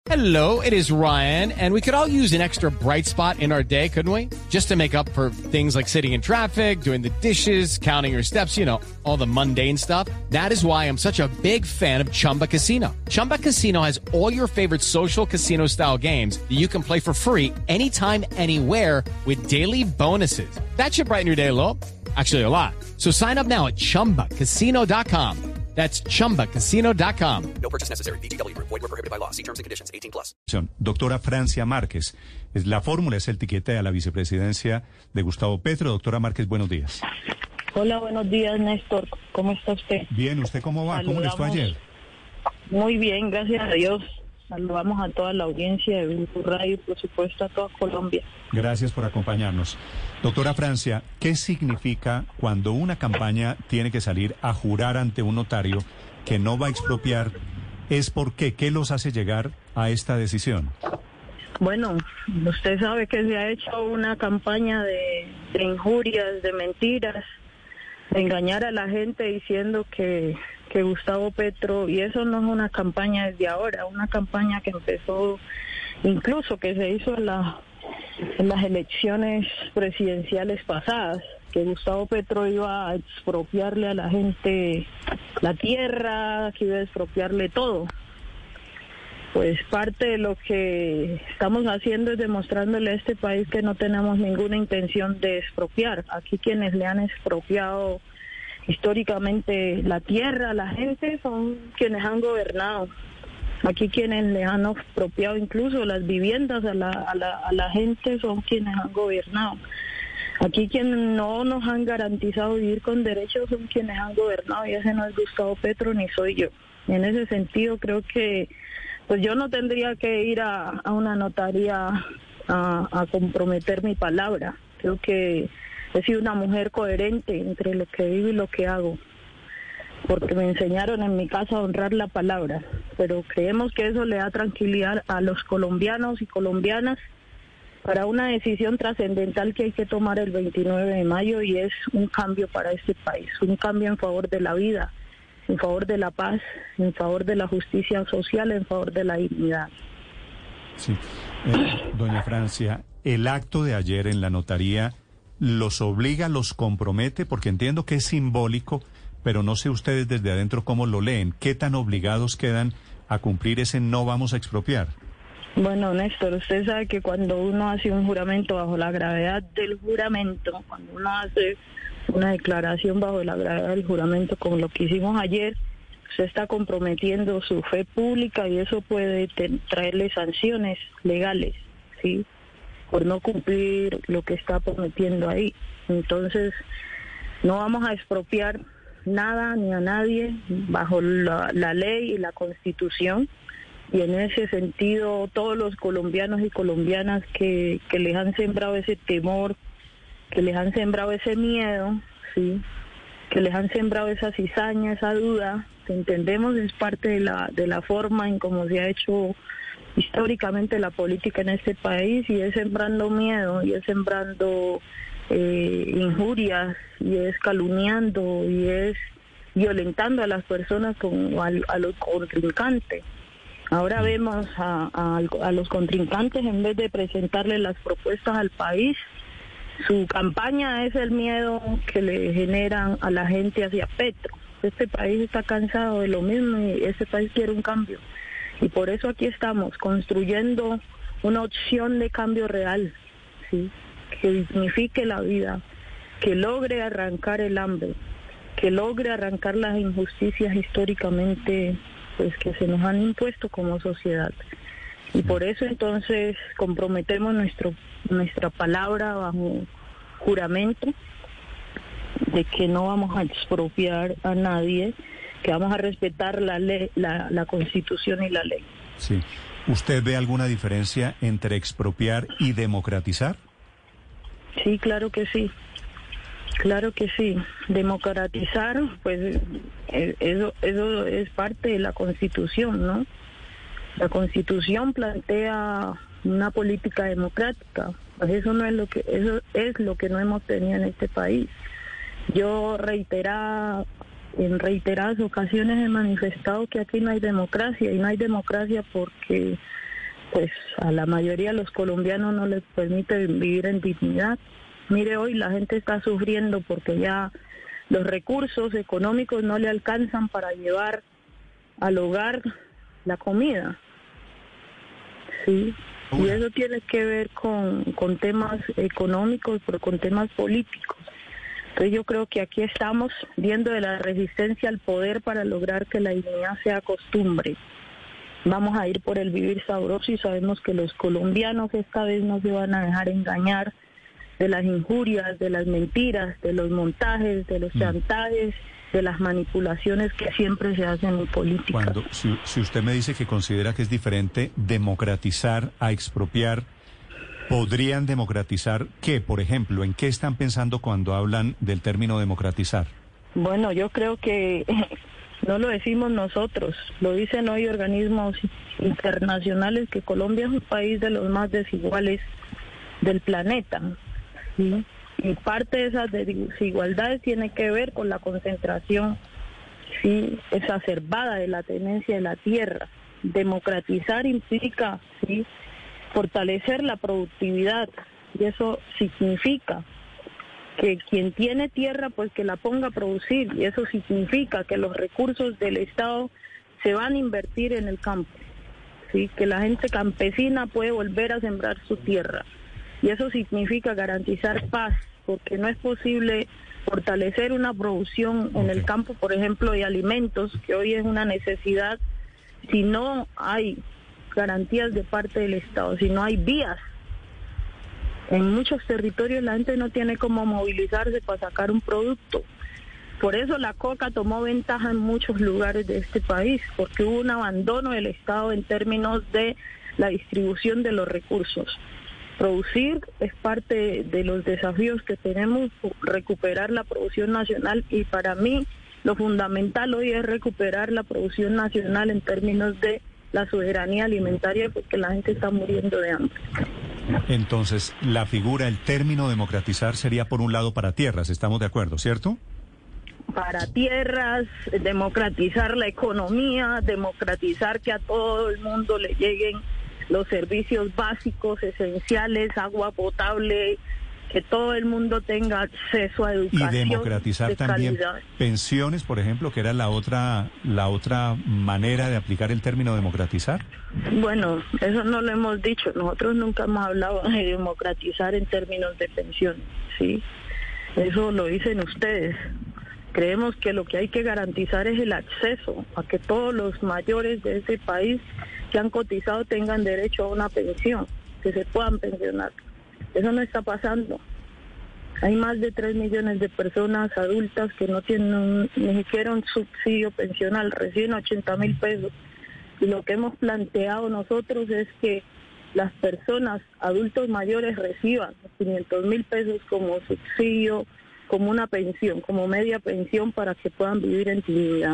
Hello, it is Ryan, and we could all use an extra bright spot in our day, couldn't we? Just to make up for things like sitting in traffic, doing the dishes, counting your steps, you know, all the mundane stuff. That is why I'm such a big fan of Chumba Casino. Chumba Casino has all your favorite social casino-style games that you can play for free anytime, anywhere with daily bonuses. That should brighten your day a little. Actually, a lot. So sign up now at ChumbaCasino.com. That's ChumbaCasino.com. No purchase necessary. VGW Group. Void where prohibited by law. See terms and conditions. 18+. Doctora Francia Márquez, la fórmula es el tiquete a la vicepresidencia de Gustavo Petro. Doctora Márquez, buenos días. Hola, buenos días, Néstor. ¿Cómo está usted? Bien, ¿usted cómo va? Saludamos. ¿Cómo le fue ayer? Muy bien, gracias a Dios. Saludamos a toda la audiencia de Blue Radio y, por supuesto, a toda Colombia. Gracias por acompañarnos. Doctora Francia, ¿qué significa cuando una campaña tiene que salir a jurar ante un notario que no va a expropiar? ¿Es por qué? ¿Qué los hace llegar a esta decisión? Bueno, usted sabe que se ha hecho una campaña de injurias, de mentiras, de engañar a la gente diciendo que Gustavo Petro, y eso no es una campaña desde ahora, una campaña que empezó, incluso que se hizo en las elecciones presidenciales pasadas, que Gustavo Petro iba a expropiarle a la gente la tierra, que iba a expropiarle todo. Pues parte de lo que estamos haciendo es demostrándole a este país que no tenemos ninguna intención de expropiar. Aquí quienes le han expropiado históricamente la tierra, la gente, son quienes han gobernado. Aquí quienes le han expropiado incluso las viviendas a la gente son quienes han gobernado. Aquí quienes no nos han garantizado vivir con derechos son quienes han gobernado, y ese no es Gustavo Petro ni soy yo. En ese sentido creo que pues yo no tendría que ir a una notaría a comprometer mi palabra. Creo que he sido una mujer coherente entre lo que digo y lo que hago, porque me enseñaron en mi casa a honrar la palabra, pero creemos que eso le da tranquilidad a los colombianos y colombianas para una decisión trascendental que hay que tomar el 29 de mayo, y es un cambio para este país, un cambio en favor de la vida, en favor de la paz, en favor de la justicia social, en favor de la dignidad. Sí. Doña Francia, el acto de ayer en la notaría los obliga, los compromete, porque entiendo que es simbólico, pero no sé ustedes desde adentro cómo lo leen. ¿Qué tan obligados quedan a cumplir ese no vamos a expropiar? Bueno, Néstor, usted sabe que cuando uno hace un juramento bajo la gravedad del juramento, cuando uno hace una declaración bajo la gravedad del juramento, como lo que hicimos ayer, se está comprometiendo su fe pública, y eso puede traerle sanciones legales, ¿sí?, por no cumplir lo que está prometiendo ahí. Entonces, no vamos a expropiar nada ni a nadie bajo la ley y la Constitución, y en ese sentido todos los colombianos y colombianas que les han sembrado ese temor, que les han sembrado ese miedo, ¿sí?, que les han sembrado esa cizaña, esa duda, que entendemos es parte de la forma en cómo se ha hecho históricamente la política en este país, y es sembrando miedo, y es sembrando injurias, y es calumniando, y es violentando a las personas, a los contrincantes. Ahora vemos a los contrincantes, en vez de presentarle las propuestas al país, su campaña es el miedo que le generan a la gente hacia Petro. Este país está cansado de lo mismo, y este país quiere un cambio. Y por eso aquí estamos, construyendo una opción de cambio real, ¿sí?, que dignifique la vida, que logre arrancar el hambre, que logre arrancar las injusticias históricamente pues que se nos han impuesto como sociedad. Y por eso entonces comprometemos nuestra palabra bajo juramento de que no vamos a expropiar a nadie, que vamos a respetar la ley, la Constitución y la ley. Sí. ¿Usted ve alguna diferencia entre expropiar y democratizar? Sí, claro que sí. Claro que sí. Democratizar, pues eso es parte de la Constitución, ¿no? La Constitución plantea una política democrática. Pues eso es lo que no hemos tenido en este país. Yo en reiteradas ocasiones he manifestado que aquí no hay democracia, y no hay democracia porque pues a la mayoría de los colombianos no les permite vivir en dignidad. Mire, hoy la gente está sufriendo porque ya los recursos económicos no le alcanzan para llevar al hogar la comida. Sí, y eso tiene que ver con temas económicos, pero con temas políticos. Entonces yo creo que aquí estamos viendo de la resistencia al poder para lograr que la dignidad sea costumbre. Vamos a ir por el vivir sabroso y sabemos que los colombianos esta vez no se van a dejar engañar de las injurias, de las mentiras, de los montajes, de los chantajes, de las manipulaciones que siempre se hacen en política. Si usted me dice que considera que es diferente democratizar a expropiar, ¿podrían democratizar qué? Por ejemplo, ¿en qué están pensando cuando hablan del término democratizar? Bueno, yo creo que no lo decimos nosotros, lo dicen hoy organismos internacionales, que Colombia es un país de los más desiguales del planeta, ¿sí? Y parte de esas desigualdades tiene que ver con la concentración, sí, exacerbada de la tenencia de la tierra. Democratizar implica, sí, fortalecer la productividad, y eso significa que quien tiene tierra pues que la ponga a producir, y eso significa que los recursos del Estado se van a invertir en el campo, sí, que la gente campesina puede volver a sembrar su tierra, y eso significa garantizar paz, porque no es posible fortalecer una producción en el campo, por ejemplo, de alimentos, que hoy es una necesidad, si no hay garantías de parte del Estado, si no hay vías. En muchos territorios la gente no tiene cómo movilizarse para sacar un producto. Por eso la coca tomó ventaja en muchos lugares de este país, porque hubo un abandono del Estado en términos de la distribución de los recursos. Producir es parte de los desafíos que tenemos, recuperar la producción nacional, y para mí lo fundamental hoy es recuperar la producción nacional en términos de la soberanía alimentaria, porque la gente está muriendo de hambre. Entonces, la figura, el término democratizar sería por un lado para tierras, estamos de acuerdo, ¿cierto? Para tierras, democratizar la economía, democratizar que a todo el mundo le lleguen los servicios básicos, esenciales, agua potable, que todo el mundo tenga acceso a educación. Y democratizar también pensiones, por ejemplo, que era la otra manera de aplicar el término democratizar. Bueno, eso no lo hemos dicho. Nosotros nunca hemos hablado de democratizar en términos de pensiones, ¿sí? Eso lo dicen ustedes. Creemos que lo que hay que garantizar es el acceso a que todos los mayores de ese país que han cotizado tengan derecho a una pensión, que se puedan pensionar. Eso no está pasando. Hay más de 3 millones de personas adultas que no tienen ni siquiera un subsidio pensional, recién 80,000 pesos. Y lo que hemos planteado nosotros es que las personas, adultos mayores, reciban 500,000 pesos como subsidio, como una pensión, como media pensión, para que puedan vivir en dignidad.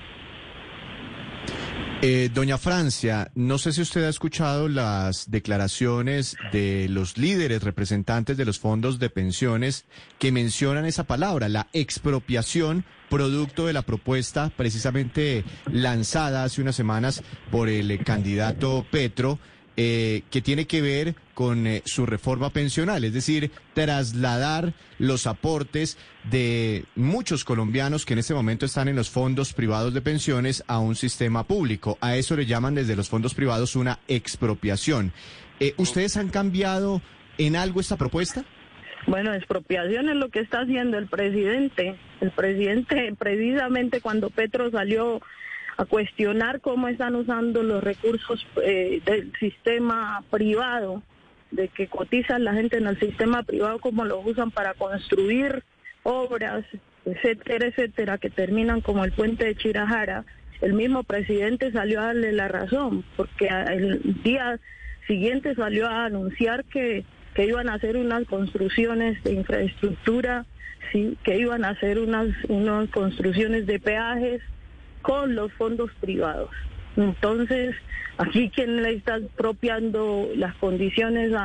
Doña Francia, no sé si usted ha escuchado las declaraciones de los líderes representantes de los fondos de pensiones que mencionan esa palabra, la expropiación, producto de la propuesta precisamente lanzada hace unas semanas por el candidato Petro, que tiene que ver con su reforma pensional, es decir, trasladar los aportes de muchos colombianos que en este momento están en los fondos privados de pensiones a un sistema público. A eso le llaman desde los fondos privados una expropiación. ¿Ustedes han cambiado en algo esta propuesta? Bueno, expropiación es lo que está haciendo el presidente. El presidente, precisamente cuando Petro salió a cuestionar cómo están usando los recursos del sistema privado, de que cotizan la gente en el sistema privado, como los usan para construir obras, etcétera, etcétera, que terminan como el puente de Chirajara. El mismo presidente salió a darle la razón, porque el día siguiente salió a anunciar que iban a hacer unas construcciones de infraestructura, sí, que iban a hacer unas construcciones de peajes con los fondos privados. Entonces, aquí quien le está expropiando las condiciones a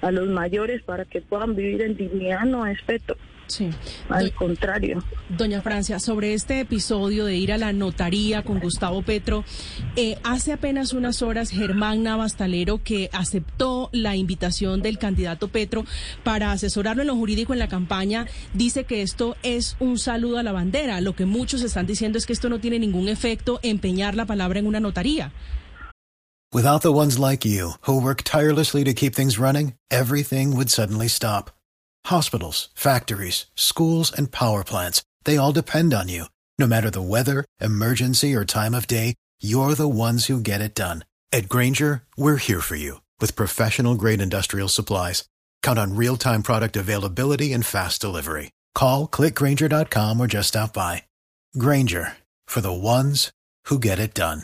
a los mayores para que puedan vivir en dignidad, no es Petro. Sí. Al contrario. Doña Francia, sobre este episodio de ir a la notaría con Gustavo Petro, hace apenas unas horas Germán Navastalero, que aceptó la invitación del candidato Petro para asesorarlo en lo jurídico en la campaña, dice que esto es un saludo a la bandera. Lo que muchos están diciendo es que esto no tiene ningún efecto, empeñar la palabra en una notaría. Without the ones like you, who work tirelessly to keep things running, everything would suddenly stop. Hospitals, factories, schools, and power plants, they all depend on you. No matter the weather, emergency, or time of day, you're the ones who get it done. At Grainger, we're here for you with professional-grade industrial supplies. Count on real-time product availability and fast delivery. Call, click Grainger.com, or just stop by. Grainger, for the ones who get it done.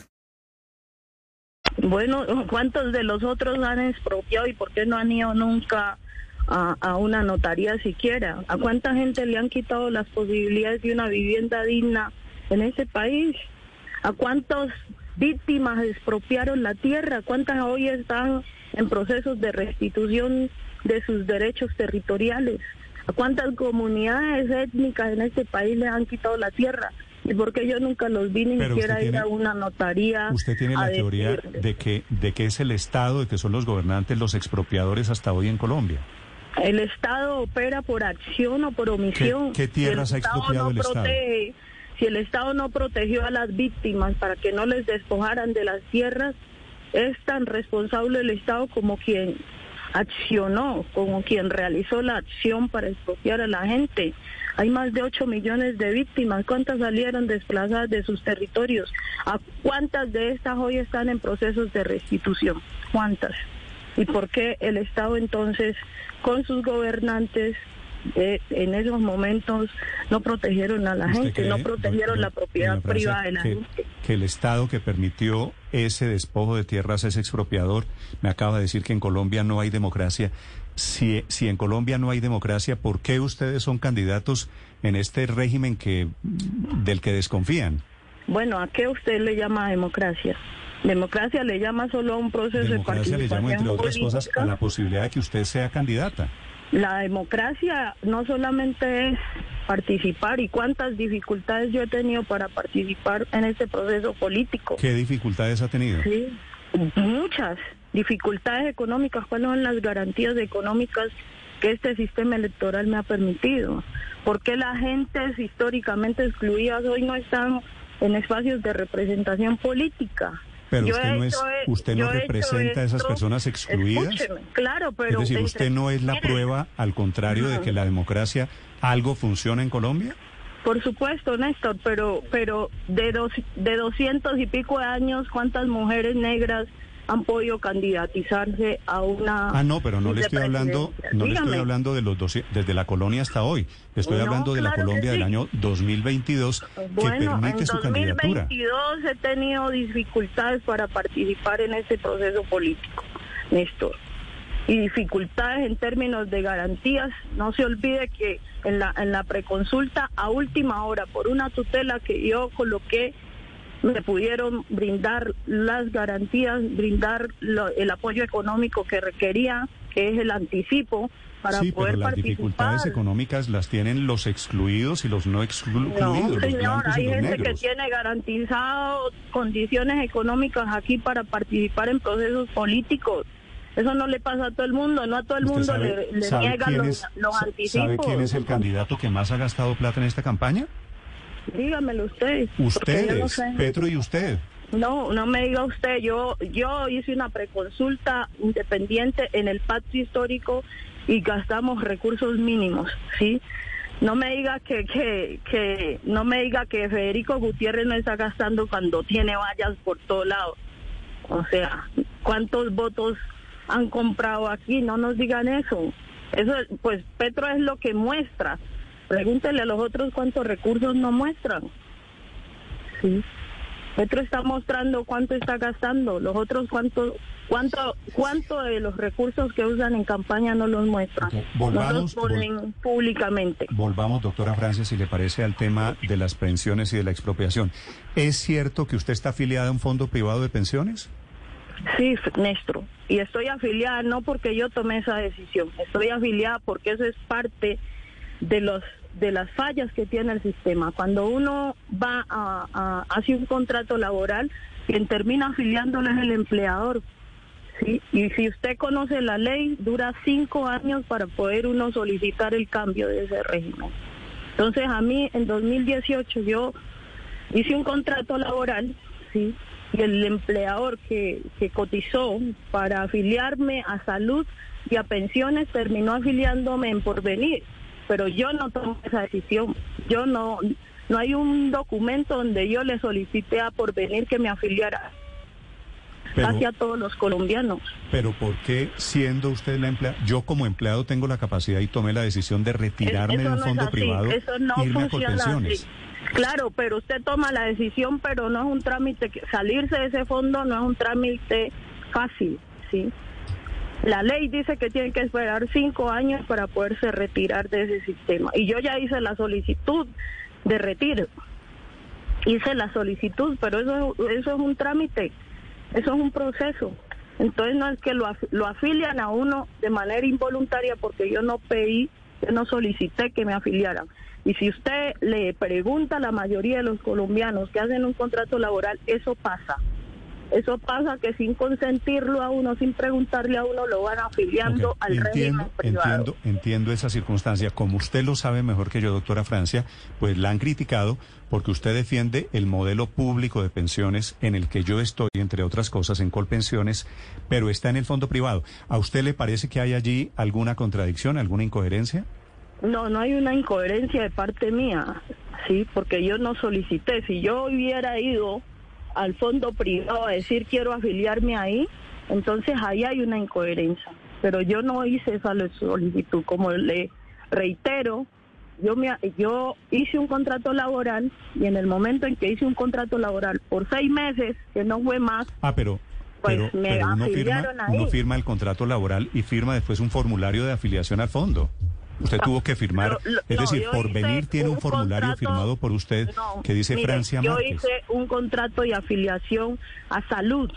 Bueno, ¿cuántos de los otros han expropiado y por qué no han ido nunca a una notaría siquiera? ¿A cuánta gente le han quitado las posibilidades de una vivienda digna en ese país? ¿A cuántas víctimas expropiaron la tierra? ¿Cuántas hoy están en procesos de restitución de sus derechos territoriales? ¿A cuántas comunidades étnicas en este país le han quitado la tierra? ¿Y por qué yo nunca los vi ni siquiera ir a una notaría? Usted tiene la teoría de que es el Estado, de que son los gobernantes los expropiadores hasta hoy en Colombia. El Estado opera por acción o por omisión. ¿Qué tierras ha expropiado el Estado? Si el Estado no protegió a las víctimas para que no les despojaran de las tierras, es tan responsable el Estado como quien accionó, como quien realizó la acción para expropiar a la gente. Hay más de 8 millones de víctimas. ¿Cuántas salieron desplazadas de sus territorios? ¿A cuántas de estas hoy están en procesos de restitución? ¿Cuántas? ¿Y por qué el Estado entonces, con sus gobernantes, en esos momentos no protegieron a la gente, no protegieron la propiedad privada de la gente? Que el Estado que permitió ese despojo de tierras es expropiador. Me acaba de decir que en Colombia no hay democracia. Si en Colombia no hay democracia, ¿por qué ustedes son candidatos en este régimen del que desconfían? Bueno, ¿a qué usted le llama democracia? Democracia le llama solo a un proceso de participación. Democracia le llama, entre otras política, cosas, a la posibilidad de que usted sea candidata. La democracia no solamente es participar. ¿Y cuántas dificultades yo he tenido para participar en este proceso político? ¿Qué dificultades ha tenido? Sí, muchas dificultades económicas. ¿Cuáles son las garantías económicas que este sistema electoral me ha permitido? ¿Por qué las gentes históricamente excluidas hoy no están en espacios de representación política? Pero usted no representa a esas personas excluidas. Escúcheme, claro, pero... Es decir, ¿usted no es la prueba, al contrario, de que la democracia algo funciona en Colombia? Por supuesto, Néstor, pero de 200 y pico de años, ¿cuántas mujeres negras han podido candidatizarse a una... Ah, no, pero no le estoy hablando, de los desde la colonia hasta hoy. Le estoy hablando de la Colombia del año 2022, que permite su candidatura. En 2022 he tenido dificultades para participar en este proceso político, Néstor. Y dificultades en términos de garantías. No se olvide que en la preconsulta a última hora, por una tutela que yo coloqué, me pudieron brindar las garantías, brindar el apoyo económico que requería, que es el anticipo, para poder pero las participar. Dificultades económicas las tienen los excluidos y los no excluidos. No, señor, hay gente negros. que tiene garantizado condiciones económicas aquí para participar en procesos políticos. Eso no le pasa a todo el mundo, no a todo el mundo le niegan los anticipos. ¿Sabe quién es el candidato que más ha gastado plata en esta campaña? Dígamelo usted. Ustedes, no sé. Petro y usted. No me diga usted. Yo hice una preconsulta independiente en el pacto histórico y gastamos recursos mínimos, ¿sí? No me diga que Federico Gutiérrez no está gastando cuando tiene vallas por todos lados. O sea, ¿cuántos votos han comprado aquí? No nos digan eso. Eso, pues Petro es lo que muestra. Pregúntele a los otros cuántos recursos no muestran. Sí. Petro está mostrando cuánto está gastando. Los otros cuánto de los recursos que usan en campaña no los muestran. No los ponen públicamente. Volvamos, doctora Francia, si le parece, al tema de las pensiones y de la expropiación. ¿Es cierto que usted está afiliada a un fondo privado de pensiones? Sí, Néstor. Y estoy afiliada no porque yo tomé esa decisión. Estoy afiliada porque eso es parte de las fallas que tiene el sistema. Cuando uno va hace un contrato laboral, quien termina afiliándolo es el empleador. ¿Sí? Y si usted conoce la ley, dura 5 años para poder uno solicitar el cambio de ese régimen. Entonces a mí en 2018 yo hice un contrato laboral, ¿sí? Y el empleador que cotizó para afiliarme a salud y a pensiones terminó afiliándome en Porvenir, pero yo no tomé esa decisión. Yo no hay un documento donde yo le solicité a Porvenir que me afiliara. Hacia todos los colombianos. Pero ¿por qué, siendo usted la empleada, yo como empleado tengo la capacidad y tomé la decisión de retirarme de un fondo privado, eso no irme a funciona Colpensiones? así. Claro, pero usted toma la decisión, pero no es un trámite, salirse de ese fondo no es un trámite fácil, ¿sí? La ley dice que tiene que esperar 5 años para poderse retirar de ese sistema. Y yo ya hice la solicitud de retiro. Hice la solicitud, pero eso es un trámite. Eso es un proceso. Entonces no es que lo afilian a uno de manera involuntaria porque yo no pedí, yo no solicité que me afiliaran. Y si usted le pregunta a la mayoría de los colombianos que hacen un contrato laboral, eso pasa. Eso pasa que sin consentirlo a uno, sin preguntarle a uno, lo van afiliando al régimen privado. Entiendo esa circunstancia. Como usted lo sabe mejor que yo, doctora Francia, pues la han criticado porque usted defiende el modelo público de pensiones en el que yo estoy, entre otras cosas, en Colpensiones, pero está en el fondo privado. ¿A usted le parece que hay allí alguna contradicción, alguna incoherencia? No hay una incoherencia de parte mía, sí, porque yo no solicité. Si yo hubiera ido al fondo privado a decir quiero afiliarme ahí, entonces ahí hay una incoherencia. Pero yo no hice esa solicitud. Como le reitero, yo hice un contrato laboral y en el momento en que hice un contrato laboral por 6 meses, que no fue más, pero me afiliaron ahí. Uno firma el contrato laboral y firma después un formulario de afiliación al fondo. Usted tuvo que firmar, Porvenir tiene un formulario firmado por usted que dice Francia Márquez. Yo hice un contrato de afiliación a salud,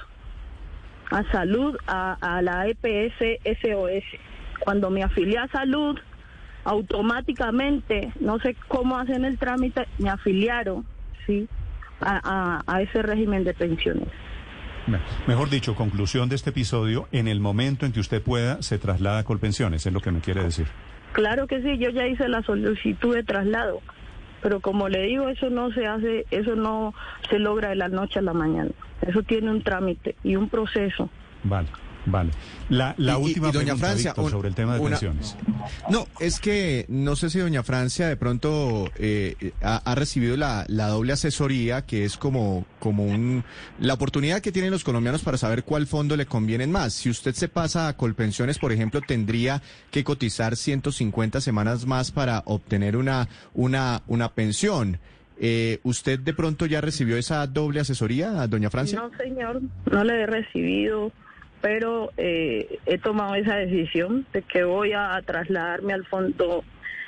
a la EPS SOS. Cuando me afilié a salud, automáticamente, no sé cómo hacen el trámite, me afiliaron, ¿sí? a ese régimen de pensiones. Mejor dicho, conclusión de este episodio, en el momento en que usted pueda, se traslada a Colpensiones, es lo que me quiere decir. Claro que sí, yo ya hice la solicitud de traslado, pero como le digo, eso no se hace, eso no se logra de la noche a la mañana. Eso tiene un trámite y un proceso. Vale. La última doña pregunta, Francia, Víctor, sobre el tema de pensiones. No, es que no sé si doña Francia de pronto ha recibido la doble asesoría, que es como la oportunidad que tienen los colombianos para saber cuál fondo le conviene más. Si usted se pasa a Colpensiones, por ejemplo, tendría que cotizar 150 semanas más para obtener una pensión. ¿Usted de pronto ya recibió esa doble asesoría, doña Francia? No, señor, no la he recibido, pero he tomado esa decisión de que voy a trasladarme al fondo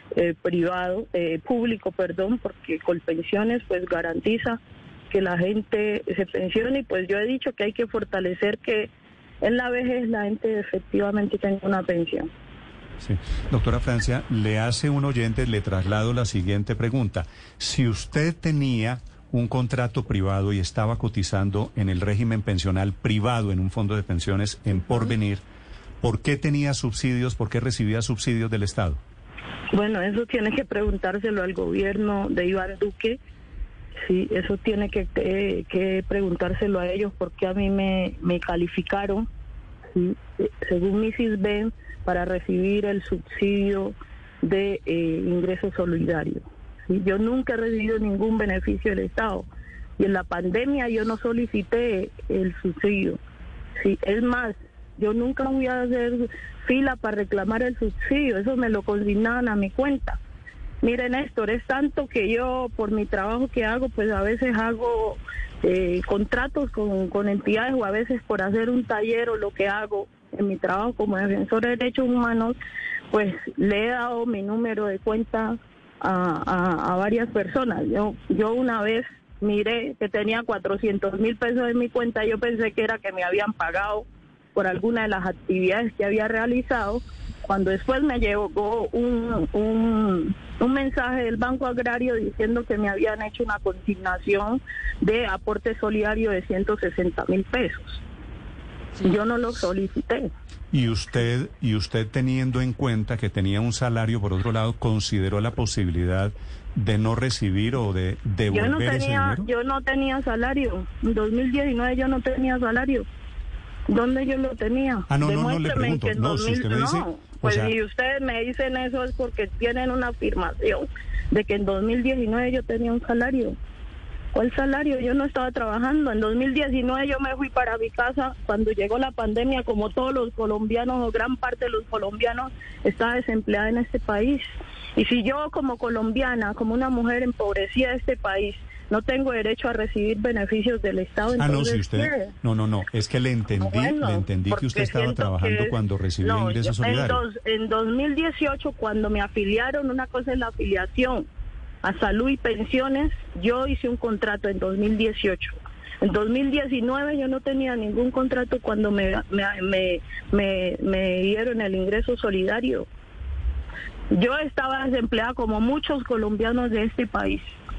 público, porque Colpensiones pues garantiza que la gente se pensione, y pues yo he dicho que hay que fortalecer que en la vejez la gente efectivamente tenga una pensión. Sí. Doctora Francia, le hace un oyente, le traslado la siguiente pregunta. Si usted tenía un contrato privado y estaba cotizando en el régimen pensional privado en un fondo de pensiones en Porvenir, ¿por qué tenía subsidios? ¿Por qué recibía subsidios del Estado? Bueno, eso tiene que preguntárselo al gobierno de Iván Duque. Sí, eso tiene que preguntárselo a ellos, porque a mí me calificaron, ¿sí? Según mi CISBEN, para recibir el subsidio de ingreso solidario. ¿Sí? Yo nunca he recibido ningún beneficio del Estado, y en la pandemia yo no solicité el subsidio. Sí, es más, yo nunca voy a hacer fila para reclamar el subsidio, eso me lo consignaban a mi cuenta. Mire, Néstor, es tanto que yo, por mi trabajo que hago, pues a veces hago contratos con entidades, o a veces por hacer un taller o lo que hago en mi trabajo como defensor de derechos humanos, pues le he dado mi número de cuenta a varias personas. Yo una vez miré que tenía 400.000 pesos en mi cuenta, yo pensé que era que me habían pagado por alguna de las actividades que había realizado, cuando después me llegó un mensaje del Banco Agrario diciendo que me habían hecho una consignación de aporte solidario de 160.000 pesos. Sí. Yo no lo solicité. ¿Y usted teniendo en cuenta que tenía un salario, por otro lado, consideró la posibilidad de no recibir o de devolver ese dinero? Yo no tenía salario. En 2019 yo no tenía salario. ¿Dónde yo lo tenía? No le pregunto. Que en no, 2000, si usted me dice... No, pues si ustedes me dicen eso es porque tienen una afirmación de que en 2019 yo tenía un salario. ¿Cuál salario? Yo no estaba trabajando. En 2019 yo me fui para mi casa cuando llegó la pandemia, como todos los colombianos o gran parte de los colombianos, estaba desempleada en este país. Y si yo como colombiana, como una mujer empobrecida de este país, no tengo derecho a recibir beneficios del Estado, entonces... si usted... No, es que le entendí que usted estaba trabajando cuando recibió ingresos solidarios. En 2018, cuando me afiliaron, una cosa es la afiliación a salud y pensiones, yo hice un contrato en 2018. En 2019 yo no tenía ningún contrato cuando me dieron el ingreso solidario. Yo estaba desempleada como muchos colombianos de este país.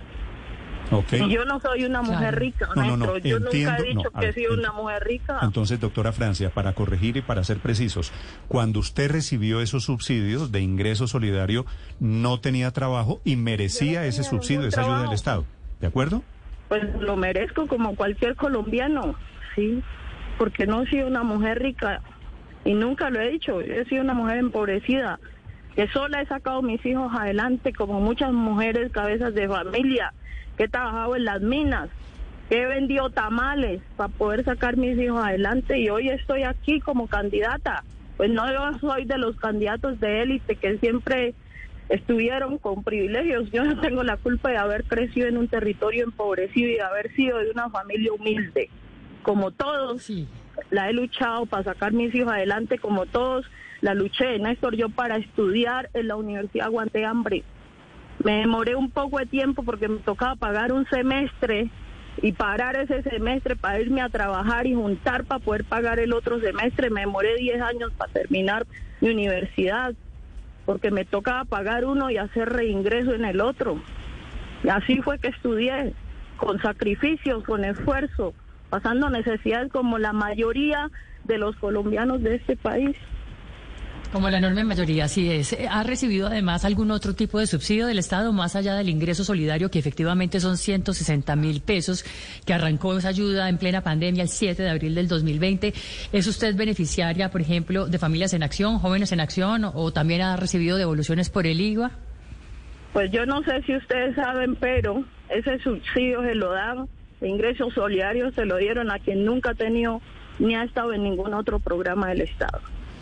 Okay. Yo no soy una mujer rica, no, yo entiendo, nunca he dicho que he sido una mujer rica. Entonces, doctora Francia, para corregir y para ser precisos, cuando usted recibió esos subsidios de ingreso solidario, no tenía trabajo y merecía ese subsidio, esa ayuda del Estado, ¿de acuerdo? Pues lo merezco como cualquier colombiano, sí, porque no he sido una mujer rica y nunca lo he dicho, he sido una mujer empobrecida, que sola he sacado a mis hijos adelante como muchas mujeres cabezas de familia, que he trabajado en las minas, que he vendido tamales para poder sacar mis hijos adelante y hoy estoy aquí como candidata. Pues no, yo soy de los candidatos de élite que siempre estuvieron con privilegios. Yo no tengo la culpa de haber crecido en un territorio empobrecido y de haber sido de una familia humilde. Como todos, sí, la he luchado para sacar mis hijos adelante, como todos la luché, Néstor. Yo para estudiar en la universidad aguanté hambre. Me demoré un poco de tiempo porque me tocaba pagar un semestre y parar ese semestre para irme a trabajar y juntar para poder pagar el otro semestre. Me demoré 10 años para terminar mi universidad porque me tocaba pagar uno y hacer reingreso en el otro. Y así fue que estudié, con sacrificios, con esfuerzo, pasando necesidades como la mayoría de los colombianos de este país. Como la enorme mayoría, así es. ¿Ha recibido además algún otro tipo de subsidio del Estado más allá del ingreso solidario, que efectivamente son 160.000 pesos, que arrancó esa ayuda en plena pandemia el 7 de abril del 2020? ¿Es usted beneficiaria, por ejemplo, de Familias en Acción, Jóvenes en Acción, o también ha recibido devoluciones por el IVA? Pues yo no sé si ustedes saben, pero ese subsidio se lo dan, de ingresos solidarios se lo dieron a quien nunca ha tenido ni ha estado en ningún otro programa del Estado.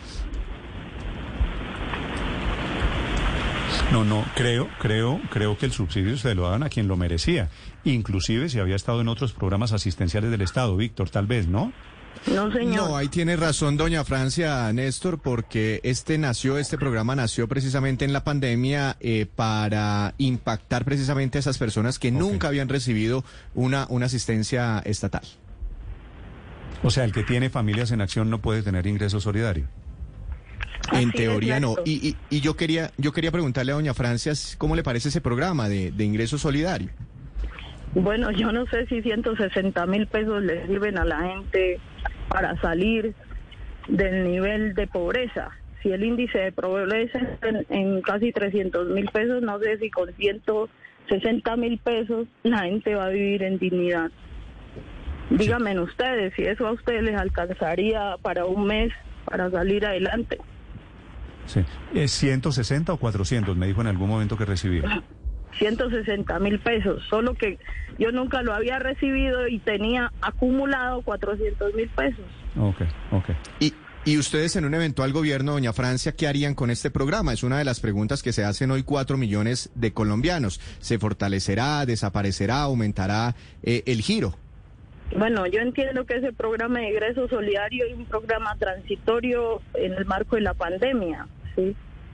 No, creo que el subsidio se lo daban a quien lo merecía, inclusive si había estado en otros programas asistenciales del Estado, Víctor, tal vez, ¿no? No, señor. No, ahí tiene razón doña Francia, Néstor, porque este programa nació precisamente en la pandemia para impactar precisamente a esas personas que nunca habían recibido una asistencia estatal. O sea, el que tiene Familias en Acción no puede tener ingreso solidario. En teoría no. Y yo quería preguntarle a doña Francia cómo le parece ese programa de ingreso solidario. Bueno, yo no sé si 160.000 pesos le sirven a la gente para salir del nivel de pobreza. Si el índice de pobreza es en casi 300.000 pesos, no sé si con 160.000 pesos la gente va a vivir en dignidad. Díganme ustedes si eso a ustedes les alcanzaría para un mes para salir adelante. Sí. ¿Es 160 o 400? Me dijo en algún momento que recibía. 160.000 pesos, solo que yo nunca lo había recibido y tenía acumulado 400.000 pesos. Ok. Y ustedes en un eventual gobierno, doña Francia, ¿qué harían con este programa? Es una de las preguntas que se hacen hoy 4 millones de colombianos. ¿Se fortalecerá, desaparecerá, aumentará el giro? Bueno, yo entiendo que ese programa de ingreso solidario es un programa transitorio en el marco de la pandemia, ¿sí?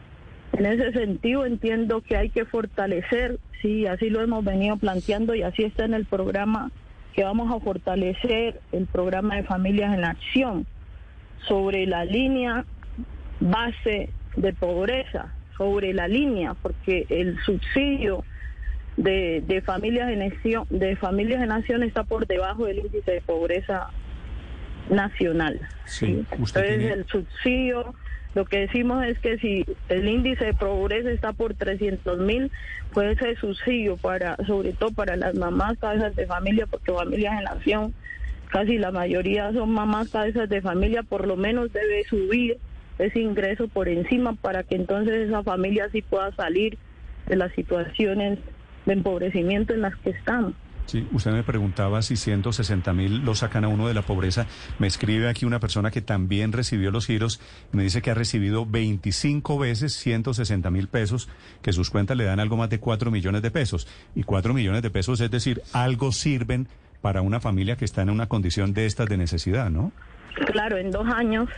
En ese sentido entiendo que hay que fortalecer, sí, así lo hemos venido planteando y así está en el programa, que vamos a fortalecer el programa de Familias en Acción sobre la línea base de pobreza, sobre la línea, porque el subsidio de familias en acción está por debajo del índice de pobreza nacional. Sí, Entonces el subsidio, lo que decimos es que si el índice de pobreza está por 300.000, pues ese subsidio sobre todo para las mamás cabezas de familia, porque Familias en Acción casi la mayoría son mamás cabezas de familia, por lo menos debe subir ese ingreso por encima para que entonces esa familia sí pueda salir de las situaciones de empobrecimiento en las que estamos. Sí, usted me preguntaba si 160.000 lo sacan a uno de la pobreza. Me escribe aquí una persona que también recibió los giros y me dice que ha recibido 25 veces 160.000 pesos, que sus cuentas le dan algo más de 4 millones de pesos. Y 4 millones de pesos, es decir, algo sirven para una familia que está en una condición de estas de necesidad, ¿no? Claro, en 2 años,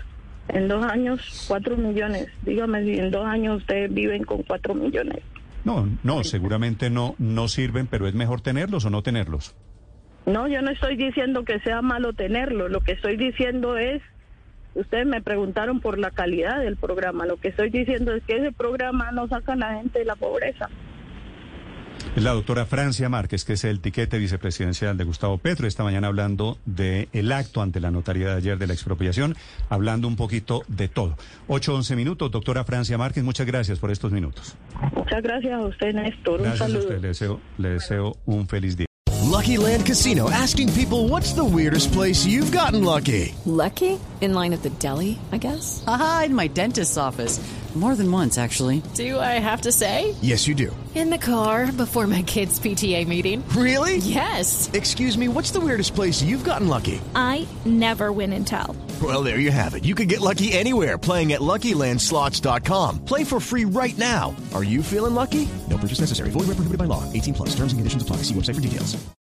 4 millones. Dígame si en 2 años ustedes viven con 4 millones. No, seguramente no sirven, pero es mejor tenerlos o no tenerlos. No, yo no estoy diciendo que sea malo tenerlo. Lo que estoy diciendo es, ustedes me preguntaron por la calidad del programa. Lo que estoy diciendo es que ese programa no saca a la gente de la pobreza. Es la doctora Francia Márquez, que es el tiquete vicepresidencial de Gustavo Petro, esta mañana hablando del acto ante la notaría de ayer de la expropiación, hablando un poquito de todo. 8:11 minutos, doctora Francia Márquez, muchas gracias por estos minutos. Muchas gracias a usted, Néstor. Gracias un saludo. a usted, le deseo un feliz día. Lucky Land Casino, asking people, what's the weirdest place you've gotten lucky? Lucky? In line at the deli, I guess? Aha, in my dentist's office. More than once, actually. Do I have to say? Yes, you do. In the car before my kids' PTA meeting. Really? Yes. Excuse me, what's the weirdest place you've gotten lucky? I never win and tell. Well, there you have it. You can get lucky anywhere, playing at LuckyLandSlots.com. Play for free right now. Are you feeling lucky? No purchase necessary. Void where prohibited by law. 18+. Terms and conditions apply. See website for details.